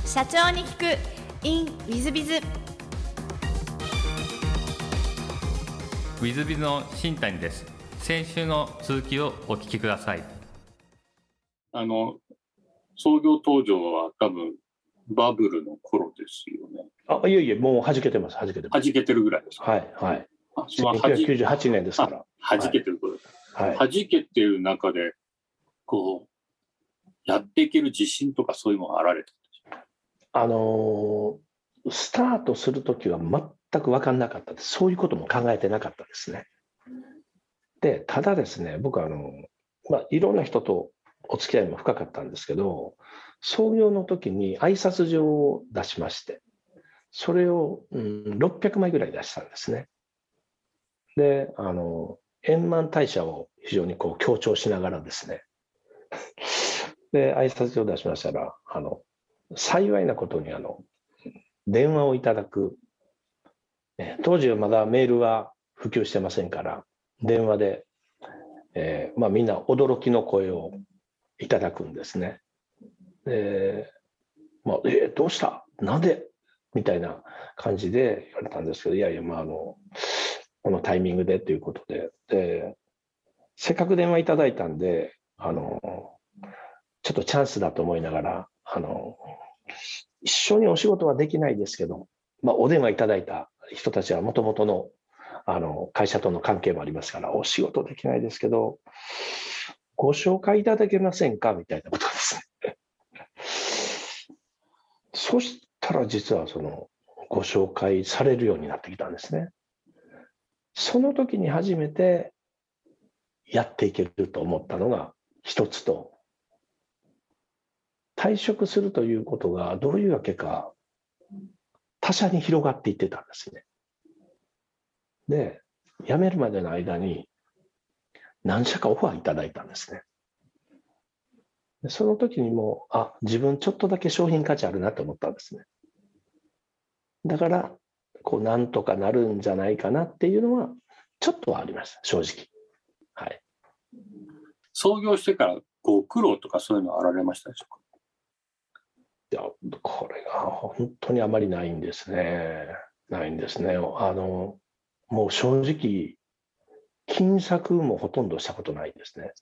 社長に聞く in ウィズビズ。 ウィズビズの新谷です。先週の続きをお聞きください。 創業当時は多分バブルの頃ですよね。 いえ、もう弾けてます。弾けてるぐらいですか。 はいはい。 その 1998年ですから。 弾けてる頃、 はい。 弾けてる中でこうやっていける自信とかそういうのがあられたんですスタートするときは全く分かんなかったです。そういうことも考えてなかったですね。で、ただですね、僕いろんな人とお付き合いも深かったんですけど、創業の時に挨拶状を出しまして、それを、600枚ぐらい出したんですね。で、円満退社を非常に強調しながらですね、で、挨拶状を出しましたら、幸いなことに電話をいただく、当時はまだメールは普及してませんから、電話で、みんな驚きの声をいただくんですね。どうしたなんでみたいな感じで言われたんですけど、いやいや、このタイミングでということで、せっかく電話いただいたんで、ちょっとチャンスだと思いながら、一緒にお仕事はできないですけど、お電話いただいた人たちはもともとの会社との関係もありますから、お仕事できないですけど、ご紹介いただけませんかみたいなことですね。そしたら実はご紹介されるようになってきたんですね。その時に初めてやっていけると思ったのが一つと、退職するということがどういうわけか他社に広がっていってたんですね。で、辞めるまでの間に何社かオファーいただいたんですね。でその時にも自分ちょっとだけ商品価値あるなと思ったんですね。だからなんとかなるんじゃないかなっていうのはちょっとはありました、正直。はい。 創業してからご苦労とかそういうのはあられましたでしょうか？ いや、これが本当にあまりないんですね。ないんですね。もう正直、金策もほとんどしたことないですね。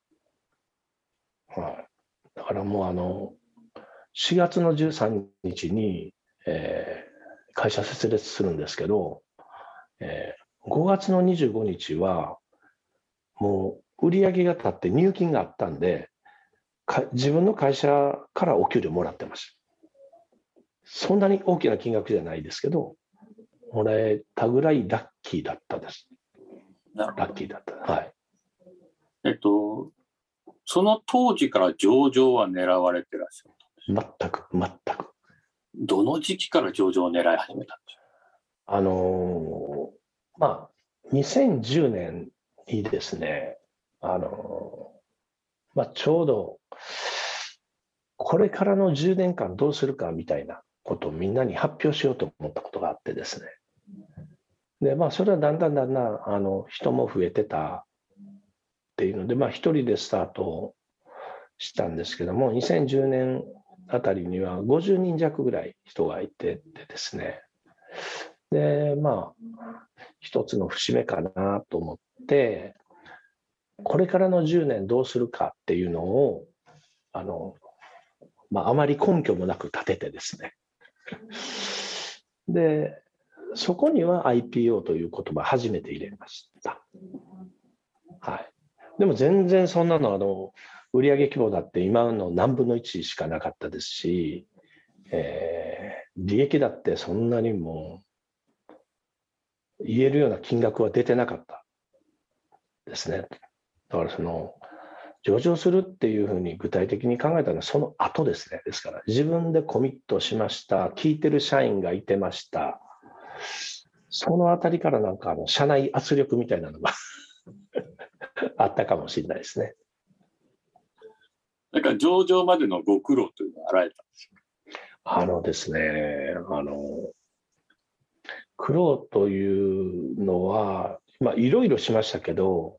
はい。だからもう4月の13日に、会社設立するんですけど、5月の25日はもう売り上げが立って入金があったんで、自分の会社からお給料もらってました。そんなに大きな金額じゃないですけど、もらえたぐらいラッキーだったです。 なるほど。 ラッキーだった。はい。 その当時から上場は狙われてらっしゃるんですか？ 全く。 どの時期から上場を狙い始めたんでしょう2010年にですね、ちょうどこれからの10年間どうするかみたいなことをみんなに発表しようと思ったことがあってですね。で、それはだんだん人も増えてたっていうので、一人でスタートしたんですけども、2010年あたりには50人弱ぐらい人がいてですね。で、一つの節目かなと思って、これからの10年どうするかっていうのを、あまり根拠もなく立ててですね。で、そこには IPO という言葉初めて入れました。はい。でも全然そんなの売上規模だって今の何分の1しかなかったですし、利益だってそんなにも言えるような金額は出てなかったですね。だから上場するっていうふうに具体的に考えたのはその後ですね。ですから自分でコミットしました。聞いてる社員がいてました。そのあたりから社内圧力みたいなのがあったかもしれないですね。 なんか上場までのご苦労というのはあられたんですか？ ですね、苦労というのは、いろいろしましたけど、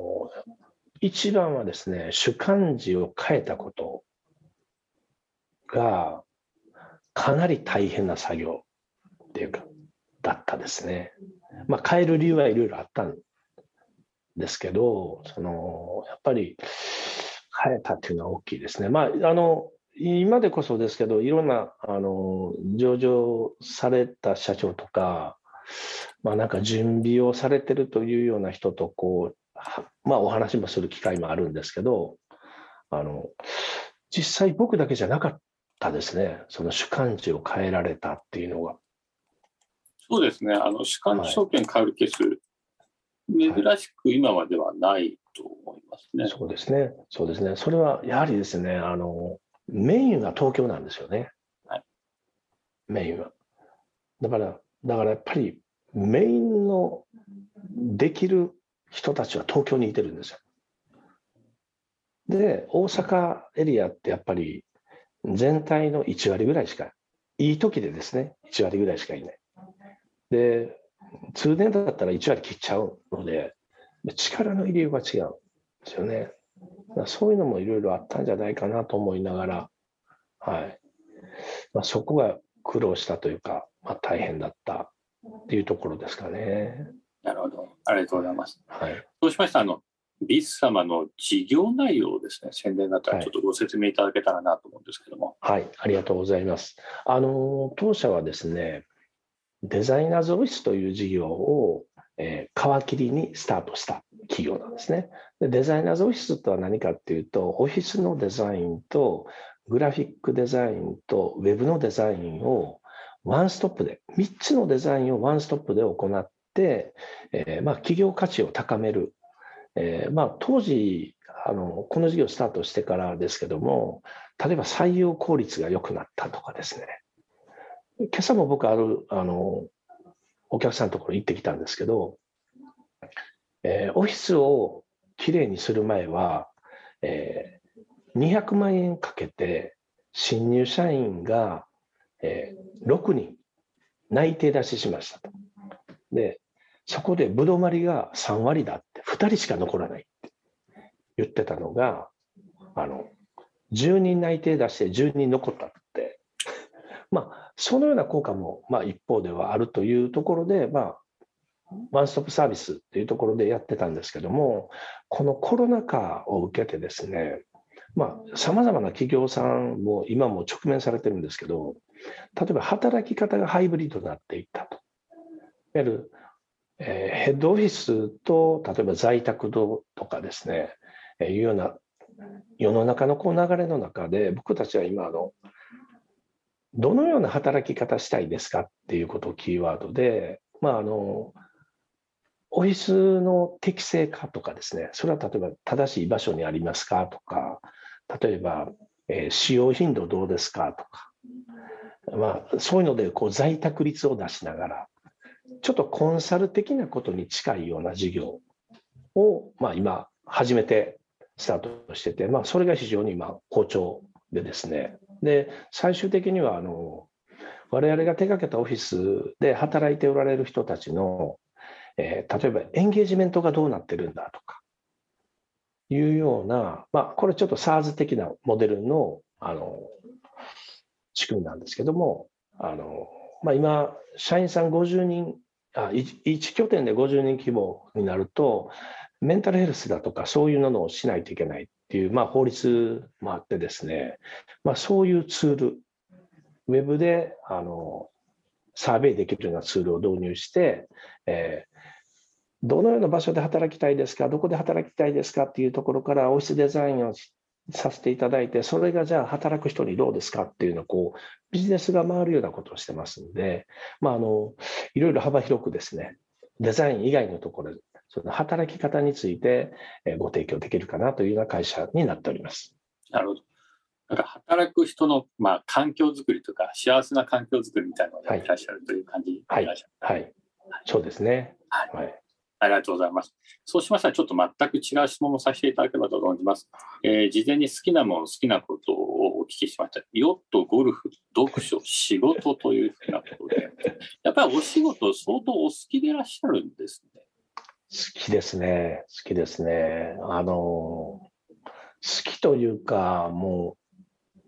一番はですね、主幹事を変えたことがかなり大変な作業っていうかだったですね。変える理由はいろいろあったんですけど、やっぱり変えたっていうのは大きいですね。今でこそですけど、いろんな上場された社長とか、なんか準備をされてるというような人とお話もする機会もあるんですけど、実際僕だけじゃなかったですね、その主幹事を変えられたっていうのが。 そうですね、主幹事証券変えるケース、珍しく今まではないと思いますね。 そうですね、そうですね。それはやはりですね、メインが東京なんですよね。 はい、 メインは。だからやっぱりメインのできる人たちは東京にいてるんですよ。で、大阪エリアってやっぱり全体の1割ぐらいしか、いい時でですね、1割ぐらいしかいない。で、通年だったら1割切っちゃうので、力の入りようが違うんですよね。そういうのもいろいろあったんじゃないかなと思いながら、はい。そこが苦労したというか、大変だったっていうところですかね。 なるほど。ありがとうございます。 はい。 そうしましたら、ビス様の事業内容をですね、宣伝だったらちょっとご説明いただけたらなと思うんですけども。 はい、ありがとうございます。当社はですね、デザイナーズオフィスという事業を、皮切りにスタートした企業なんですね。で、デザイナーズオフィスとは何かっていうと、オフィスのデザインとグラフィックデザインとウェブのデザインをワンストップで、3つのデザインをワンストップで行って、企業価値を高める。当時この事業スタートしてからですけども、例えば採用効率が良くなったとかですね。今朝も僕お客さんのところ行ってきたんですけど、オフィスをきれいにする前は、200万円かけて新入社員が、6人内定出ししましたと。で、そこでぶどまりが3割だって2人しか残らないって言ってたのが、10人内定出して10人残ったって、そのような効果も一方ではあるというところで、ワンストップサービスっていうところでやってたんですけども、このコロナ禍を受けてですね、さまざまな企業さんも今も直面されてるんですけど、例えば働き方がハイブリッドになっていったと。いわゆる、ヘッドオフィスと例えば在宅とかですね、いうような世の中の流れの中で、僕たちは今どのような働き方したいですかっていうことをキーワードで、オフィスの適正化とかですね、それは例えば正しい場所にありますかとか、例えば、使用頻度どうですかとか、そういうので在宅率を出しながら、ちょっとコンサル的なことに近いような事業を、今初めてスタートしてて、それが非常に今好調でですね。で、最終的には我々が手掛けたオフィスで働いておられる人たちの、例えばエンゲージメントがどうなってるんだとかいうような、これちょっと SaaS 的なモデルの仕組みなんですけども、今社員さん50人1拠点で50人規模になると、メンタルヘルスだとかそういうのをしないといけないっていう、法律もあってですね、そういうツール、ウェブでサーベイできるようなツールを導入して、どのような場所で働きたいですか、どこで働きたいですかっていうところからオフィスデザインをさせていただいて、それがじゃあ働く人にどうですかっていうのをビジネスが回るようなことをしてますので、いろいろ幅広くですね、デザイン以外のところで、その働き方についてご提供できるかなというような会社になっております。 なるほど。働く人の、環境づくりとか、幸せな環境づくりみたいなのをやっていらっしゃるという感じでいらっしゃる。 はい、そうですね。 はい。ありがとうございます。そうしましたら、ちょっと全く違う質問もさせていただければと思います。事前に好きなもの、好きなことをお聞きしました。ヨット、ゴルフ、読書、仕事というふうなことで、やっぱりお仕事相当お好きでいらっしゃるんですね。 好きですね。好きですね。好きというか、もう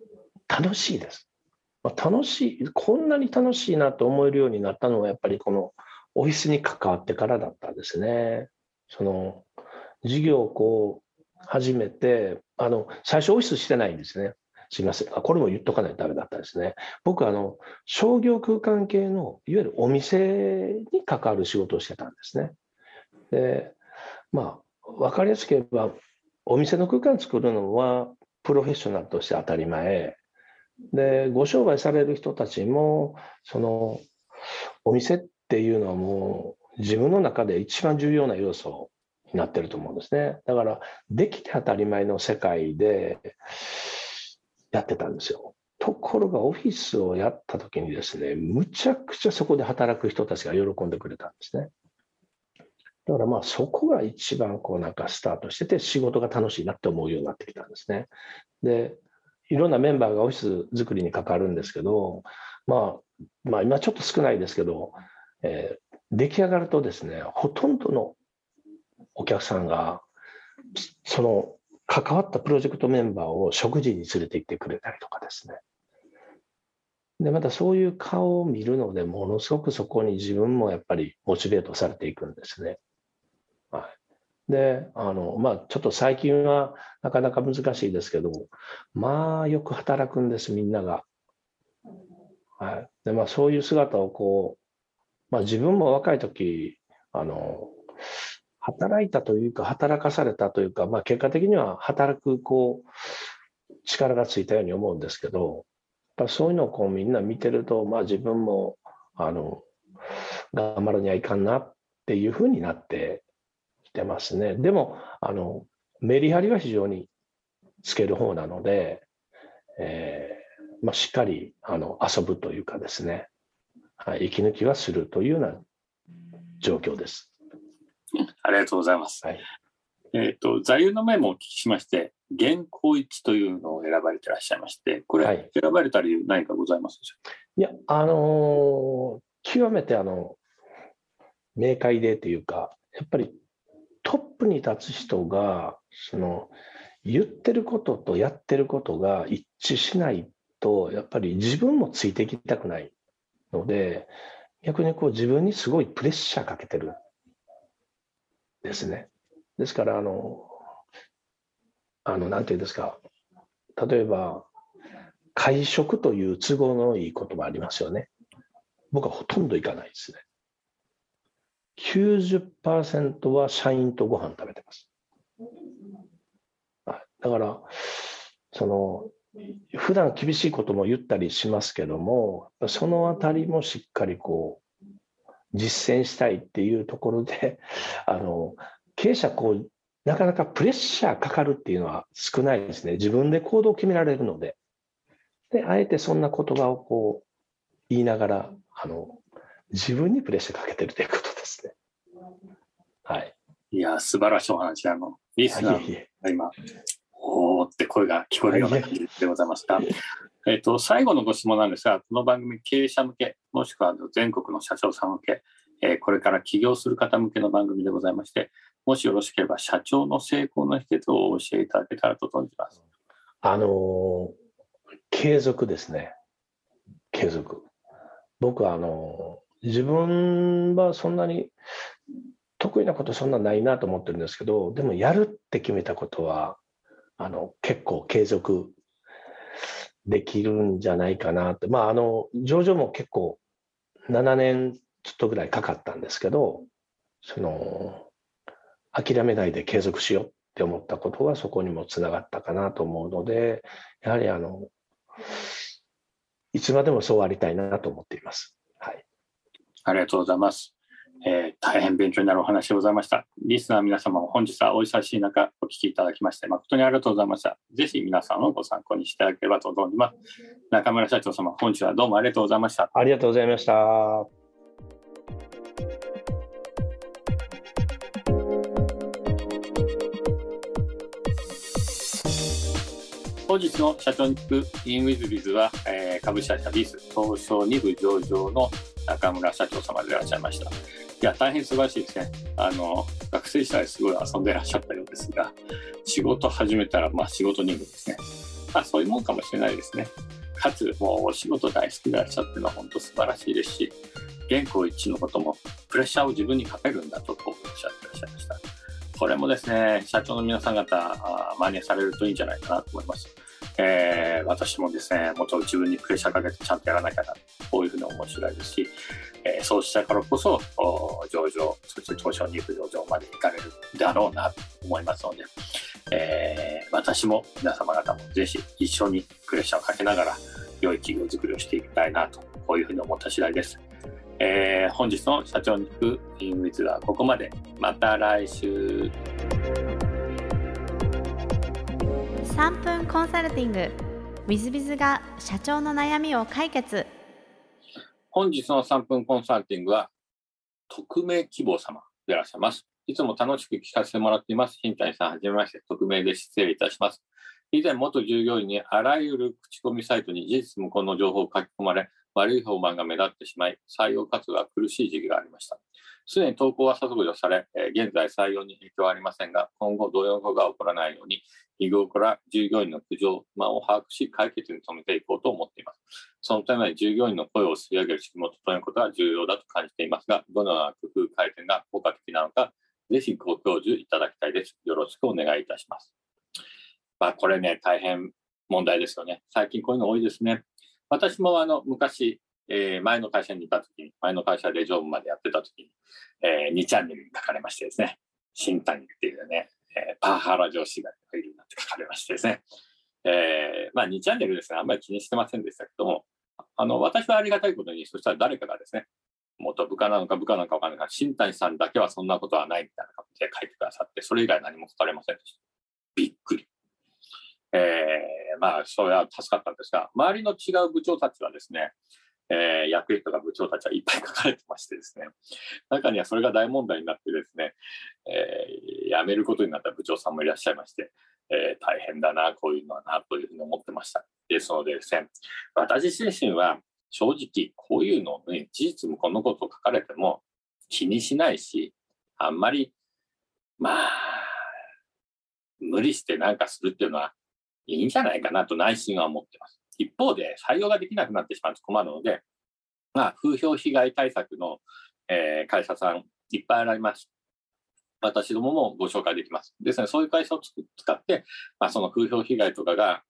楽しいです。楽しい、こんなに楽しいなと思えるようになったのはやっぱりこのオフィスに関わってからだったんですね。その事業をこう始めて、最初オフィスしてないんですね。すみません。これも言っとかないとダメだったですね。僕商業空間系のいわゆるお店に関わる仕事をしてたんですね。で、分かりやすく言えばお店の空間を作るのはプロフェッショナルとして当たり前で、ご商売される人たちもそのお店っていうのはもう自分の中で一番重要な要素になってると思うんですね。だからできて当たり前の世界でやってたんですよ。ところがオフィスをやった時にですね、むちゃくちゃそこで働く人たちが喜んでくれたんですね。だからそこが一番スタートしてて、仕事が楽しいなって思うようになってきたんですね。で、いろんなメンバーがオフィス作りに関わるんですけど、今ちょっと少ないですけど、出来上がるとですね、ほとんどのお客さんがその関わったプロジェクトメンバーを食事に連れて行ってくれたりとかですね。で、またそういう顔を見るので、ものすごくそこに自分もやっぱりモチベートされていくんですね。はい。で、ちょっと最近はなかなか難しいですけど、よく働くんです、みんなが。はい。で、そういう姿を自分も若い時、働いたというか、働かされたというか、結果的には働く力がついたように思うんですけど、やっぱそういうのをみんな見てると、自分も頑張らにはいかんなっていうふうになってきてますね。でもメリハリは非常につける方なので、しっかり遊ぶというかですね、息抜きはするというような状況です。 ありがとうございます。 はい。 座右の銘もお聞きしまして、現行一というのを選ばれていらっしゃいまして、これ、選ばれた理由何かございますでしょうか？ いや、極めて明快でというか、やっぱりトップに立つ人が言ってることとやってることが一致しないと、やっぱり自分もついていきたくないので、逆に自分にすごいプレッシャーかけてるんですね。ですからなんていうんですか、例えば会食という都合のいい言葉ありますよね。僕はほとんど行かないですね。90% は社員とご飯食べてます。だから普段厳しいことも言ったりしますけども、そのあたりもしっかり実践したいっていうところで経営者なかなかプレッシャーかかるっていうのは少ないですね。自分で行動を決められるので。で、あえてそんな言葉を言いながら自分にプレッシャーかけてるということですね。はい。 いや、素晴らしいお話。リスナーが今、おーって声が聞こえるような感じでございますが、最後のご質問なんですが、この番組、経営者向け、もしくは全国の社長さん向け、これから起業する方向けの番組でございまして、もしよろしければ社長の成功の秘訣を教えていただけたらと存じます。 継続ですね。継続。僕は自分はそんなに得意なことそんなないなと思ってるんですけど、でもやるって決めたことは結構継続できるんじゃないかなって。上場も結構7年ちょっとぐらいかかったんですけど、諦めないで継続しようって思ったことがそこにもつながったかなと思うので、やはりいつまでもそうありたいなと思っています。はい。 ありがとうございます。大変勉強になるお話でございました。リスナーの皆様も本日はお忙しい中お聞きいただきまして誠にありがとうございました。ぜひ皆さんをご参考にしていただければと存じます。中村社長様、本日はどうもありがとうございました。 ありがとうございました。 本日の社長に聞く in with biz は、株式会社ビス東証2部上場の中村社長様でいらっしゃいました。いや、大変素晴らしいですね。学生時代すごい遊んでいらっしゃったようですが、仕事始めたら、仕事2部ですね。そういうもんかもしれないですね。 かつもうお仕事大好きでいらっしゃってるのは本当素晴らしいですし、原稿一致のこともプレッシャーを自分にかけるんだとおっしゃってらっしゃいました。これもですね、社長の皆さん方真似されるといいんじゃないかなと思います。私もですね、もっと自分にプレッシャーかけてちゃんとやらなきゃな、こういうふうに思う次第ですし、そうしたからこそ上場、そして東証2部上場まで行かれるだろうなと思いますので、私も皆様方もぜひ一緒にプレッシャーをかけながら良い企業づくりをしていきたいなと、こういうふうに思った次第です。本日の社長に聞くインウィズはここまで。また来週。 3分コンサルティング WithBiz が社長の悩みを解決。 本日の3分コンサルティングは匿名希望様でいらっしゃいます。いつも楽しく聞かせてもらっています。新谷さん、はじめまして。匿名で失礼いたします。以前、元従業員にあらゆる口コミサイトに事実無根の情報を書き込まれ、悪い評判が目立ってしまい、採用活動が苦しい時期がありました。すでに投稿は削除され、現在採用に影響はありませんが、今後同様が起こらないように、日頃から従業員の苦情、不満を把握し、解決に努めていこうと思っています。そのために従業員の声を吸い上げる仕組みを整えることが重要だと感じていますが、どのような工夫改善が効果的なのか、ぜひご教授いただきたいです。よろしくお願いいたします。これね、大変問題ですよね。最近こういうの多いですね。私も昔、前の会社にいたときに、前の会社で常務までやってたときに、2チャンネルに書かれましてですね、新谷っていうね、パワハラ上司がいるなんて書かれましてですね、2チャンネルですね、あんまり気にしてませんでしたけども、私はありがたいことに、そしたら誰かがですね、元部下なのか分かんないが、新谷さんだけはそんなことはないみたいな感じで書いてくださって、それ以外何も書かれませんでした。びっくり。それは助かったんですが、周りの違う部長たちはですね、役員とか部長たちはいっぱい書かれてましてですね、中にはそれが大問題になってですね、辞めることになった部長さんもいらっしゃいまして、大変だな、こういうのはな、というふうに思ってました。ですのでですね、私自身は正直こういうのをね、事実無根のことを書かれても気にしないし、あんまり、無理してなんかするっていうのはいいんじゃないかなと内心は思ってます。一方で採用ができなくなってしまうと困るので、風評被害対策の、会社さんいっぱいあります。私どももご紹介できます。ですね、そういう会社を使って、その風評被害とかが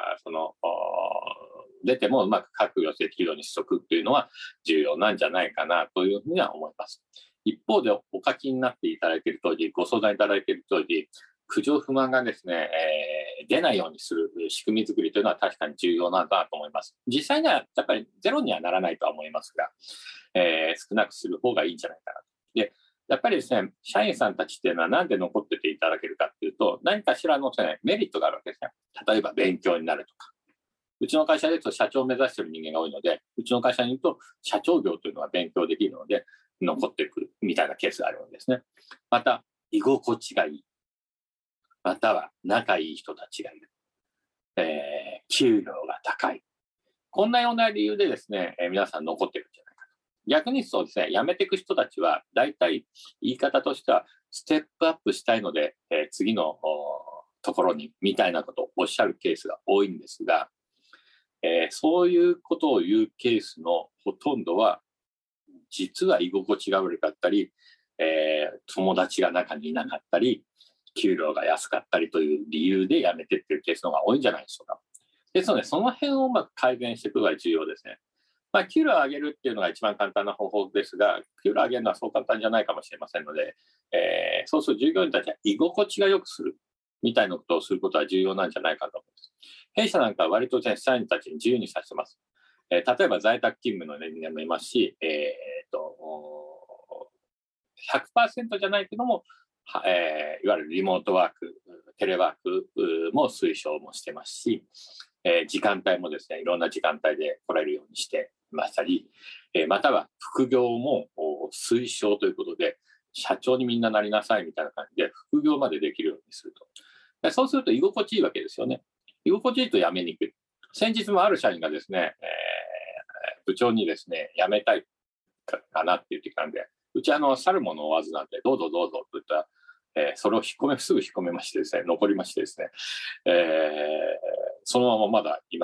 出てもうまく確保できるようにしとくっていうのは重要なんじゃないかなというふうには思います。一方でお書きになっていただいている通り、ご相談いただいている通り、苦情不満がですね、出ないようにする仕組み作りというのは確かに重要なんだと思います。実際にはやっぱりゼロにはならないとは思いますが、少なくする方がいいんじゃないかなと。で、やっぱりですね、社員さんたちっていうのはなんで残ってていただけるかっていうと、何かしらの、メリットがあるわけですね。例えば勉強になるとか。うちの会社ですと社長を目指している人間が多いので、うちの会社にいると社長業というのは勉強できるので、残ってくるみたいなケースがあるわけですね。また、居心地がいい。または仲いい人たちがいる。給料が高い。こんなような理由でですね、皆さん残ってるんじゃないかと。逆にそうですね、辞めていく人たちは、大体言い方としては、ステップアップしたいので、次のところに、みたいなことをおっしゃるケースが多いんですが、そういうことを言うケースのほとんどは、実は居心地が悪かったり、友達が中にいなかったり、給料が安かったりという理由で辞めてっていうケースの方が多いんじゃないでしょうか。ですので、その辺をうまく改善していくのが重要ですね。給料を上げるっていうのが一番簡単な方法ですが、給料を上げるのはそう簡単じゃないかもしれませんので、そうすると従業員たちは居心地が良くするみたいなことをすることは重要なんじゃないかと思います。弊社なんかは割と社員たちに自由にさせてます。例えば在宅勤務の人間もいますし、100% じゃないけども、いわゆるリモートワーク、テレワークも推奨もしてますし、時間帯もですね、いろんな時間帯で来られるようにしてましたり、または副業も推奨ということで、社長にみんななりなさいみたいな感じで、副業までできるようにすると。そうすると居心地いいわけですよね。居心地いいと辞めにくい。先日もある社員がですね、部長にですね、辞めたいかなって言ってきたんで、うち去るものを追わずなんで、どうぞどうぞといったら、それをすぐ引っ込めましてですね、残りましてですね、そのまままだいます。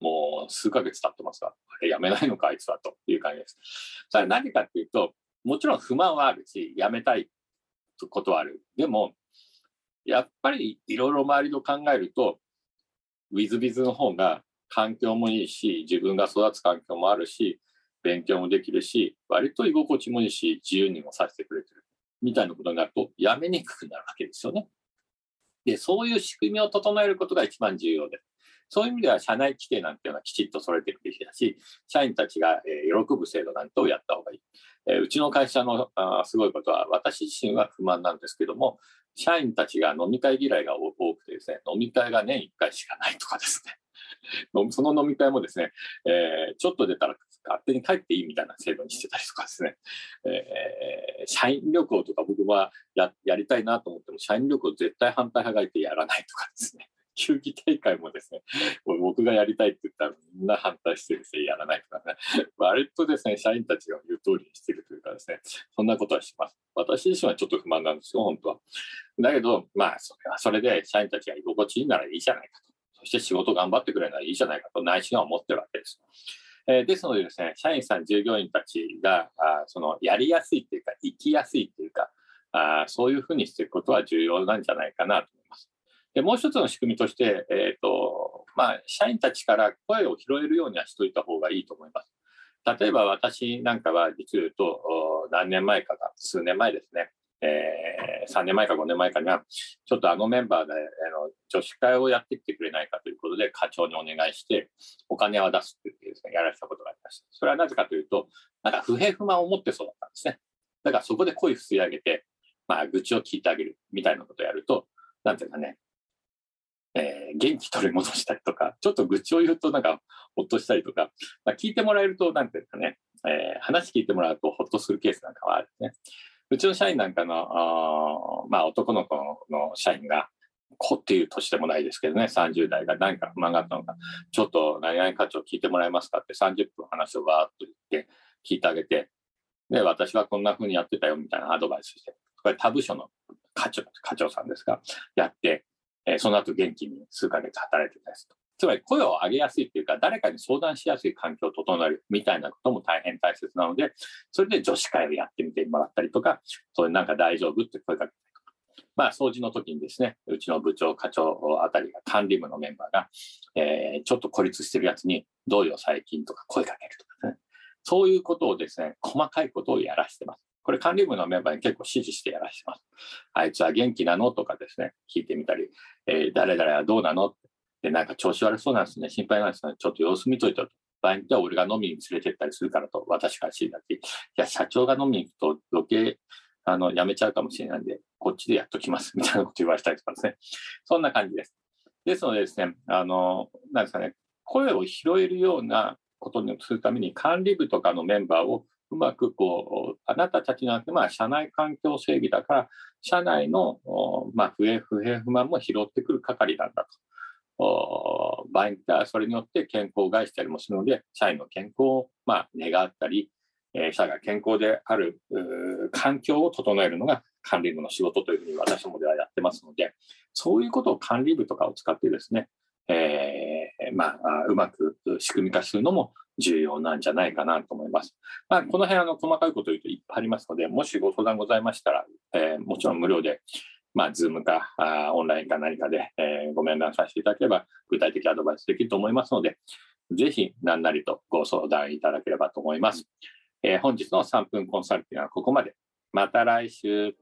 もう数ヶ月経ってますが、あれ辞めないのかあいつはという感じです。それは何かっていうと、もちろん不満はあるし、辞めたいことはある。でもやっぱりいろいろ周りの考えると、ウィズビズの方が環境もいいし、自分が育つ環境もあるし、勉強もできるし、割と居心地もいいし、自由にもさせてくれてるみたいなことになると、やめにくくなるわけですよね。で、そういう仕組みを整えることが一番重要で、そういう意味では社内規定なんていうのはきちっとそれてるべきだし、社員たちが喜ぶ制度なんてをやった方がいい。うちの会社のすごいことは、私自身は不満なんですけども、社員たちが飲み会嫌いが多くてですね、飲み会が年1回しかないとかですね、その飲み会もですね、ちょっと出たら勝手に帰っていいみたいな制度にしてたりとかですね、社員旅行とか僕は やりたいなと思っても、社員旅行絶対反対派がいてやらないとかですね、球技大会もですね、僕がやりたいって言ったらみんな反対してですね、やらないとかね、割とですね、社員たちが言う通りにしているというかですね、そんなことはします。私自身はちょっと不満なんですよ、本当は。だけど、まあ、それはそれで社員たちが居心地いいならいいじゃないかと。そして仕事頑張ってくれるならいいじゃないかと内心は思ってるわけです。ですのでですね、社員さん、従業員たちがやりやすいというか、生きやすいというか、そういうふうにしていくことは重要なんじゃないかなと思います。で、もう一つの仕組みとして、社員たちから声を拾えるようにはしといた方がいいと思います。例えば私なんかは実を言うと、何年前かが、数年前ですね、3年前か5年前かには、ちょっとメンバーで女子会をやってきてくれないかということで、課長にお願いして、お金を出すっていうですね、やられたことがありました。それはなぜかというと、なんか不平不満を持ってそうだったんですね。だからそこで声を吸い上げて、愚痴を聞いてあげるみたいなことをやると、なんていうかね、元気取り戻したりとか、ちょっと愚痴を言うとなんかほっとしたりとか、聞いてもらえると、なんていうかね、話聞いてもらうとほっとするケースなんかはあるね。うちの社員なんかの、男の子の社員が、子っていう年でもないですけどね、30代が何か不満があったのか、ちょっと何々課長聞いてもらえますかって30分話をバーっと言って聞いてあげて、で、私はこんな風にやってたよみたいなアドバイスして、これ他部署の課長さんですが、やって、その後元気に数ヶ月働いてたりすると。つまり声を上げやすいというか、誰かに相談しやすい環境を整えるみたいなことも大変大切なので、それで女子会をやってみてもらったりとか、そういうなんか大丈夫って声かけたりとか、掃除の時にですね、うちの部長、課長あたりが管理部のメンバーが、ちょっと孤立してるやつに、どうよ最近とか声かけるとかね。そういうことをですね、細かいことをやらせてます。これ管理部のメンバーに結構指示してやらせてます。あいつは元気なのとかですね、聞いてみたり、誰々はどうなので、なんか調子悪そうなんですね、心配なんですね、ちょっと様子見といてと。場合によっては俺が飲みに連れてったりするからと、私から指示だって、いや、社長が飲みに行くと余計、やめちゃうかもしれないんで、こっちでやっときます、みたいなこと言われたりとかですね。そんな感じです。ですのでですね、なんですかね、声を拾えるようなことにするために、管理部とかのメンバーをうまくあなたたちなんて社内環境整備だから、社内の不平不満も拾ってくる係なんだと。場合によってはそれによって健康を害したりもするので、社員の健康を願ったり、社が健康である環境を整えるのが管理部の仕事というふうに私どもではやってますので、そういうことを管理部とかを使ってですね、うまく仕組み化するのも重要なんじゃないかなと思います。この辺細かいことを言うといっぱいありますので、もしご相談ございましたら、もちろん無料で、Zoom かオンラインか何かで、ご面談させていただければ具体的アドバイスできると思いますので、ぜひ何なりとご相談いただければと思います。本日の3分コンサルティングはここまで。また来週。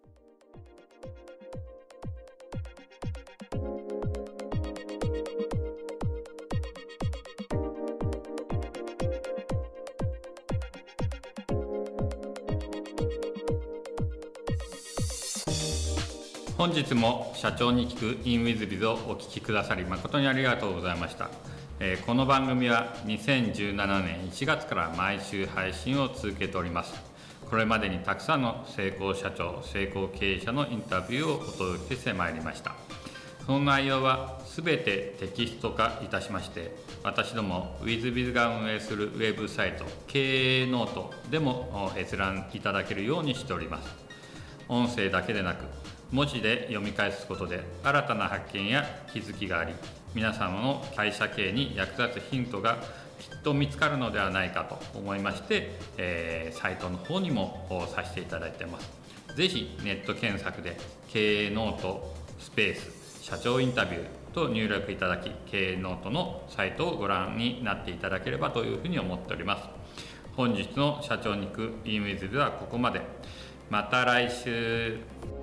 本日も社長に聞く InWithBiz をお聞きくださり誠にありがとうございました。この番組は2017年1月から毎週配信を続けております。これまでにたくさんの成功社長、成功経営者のインタビューをお届けしてまいりました。その内容はすべてテキスト化いたしまして、私ども WithBiz が運営するウェブサイト経営ノートでも閲覧いただけるようにしております。音声だけでなく文字で読み返すことで新たな発見や気づきがあり、 皆様の会社経営に役立つヒントがきっと見つかるのではないかと思いまして、サイトの方にもさせていただいています。ぜひネット検索で経営ノートスペース社長インタビューと入力いただき、経営ノートのサイトをご覧になっていただければというふうに思っております。本日の社長に行く InWith ではここまで。また来週。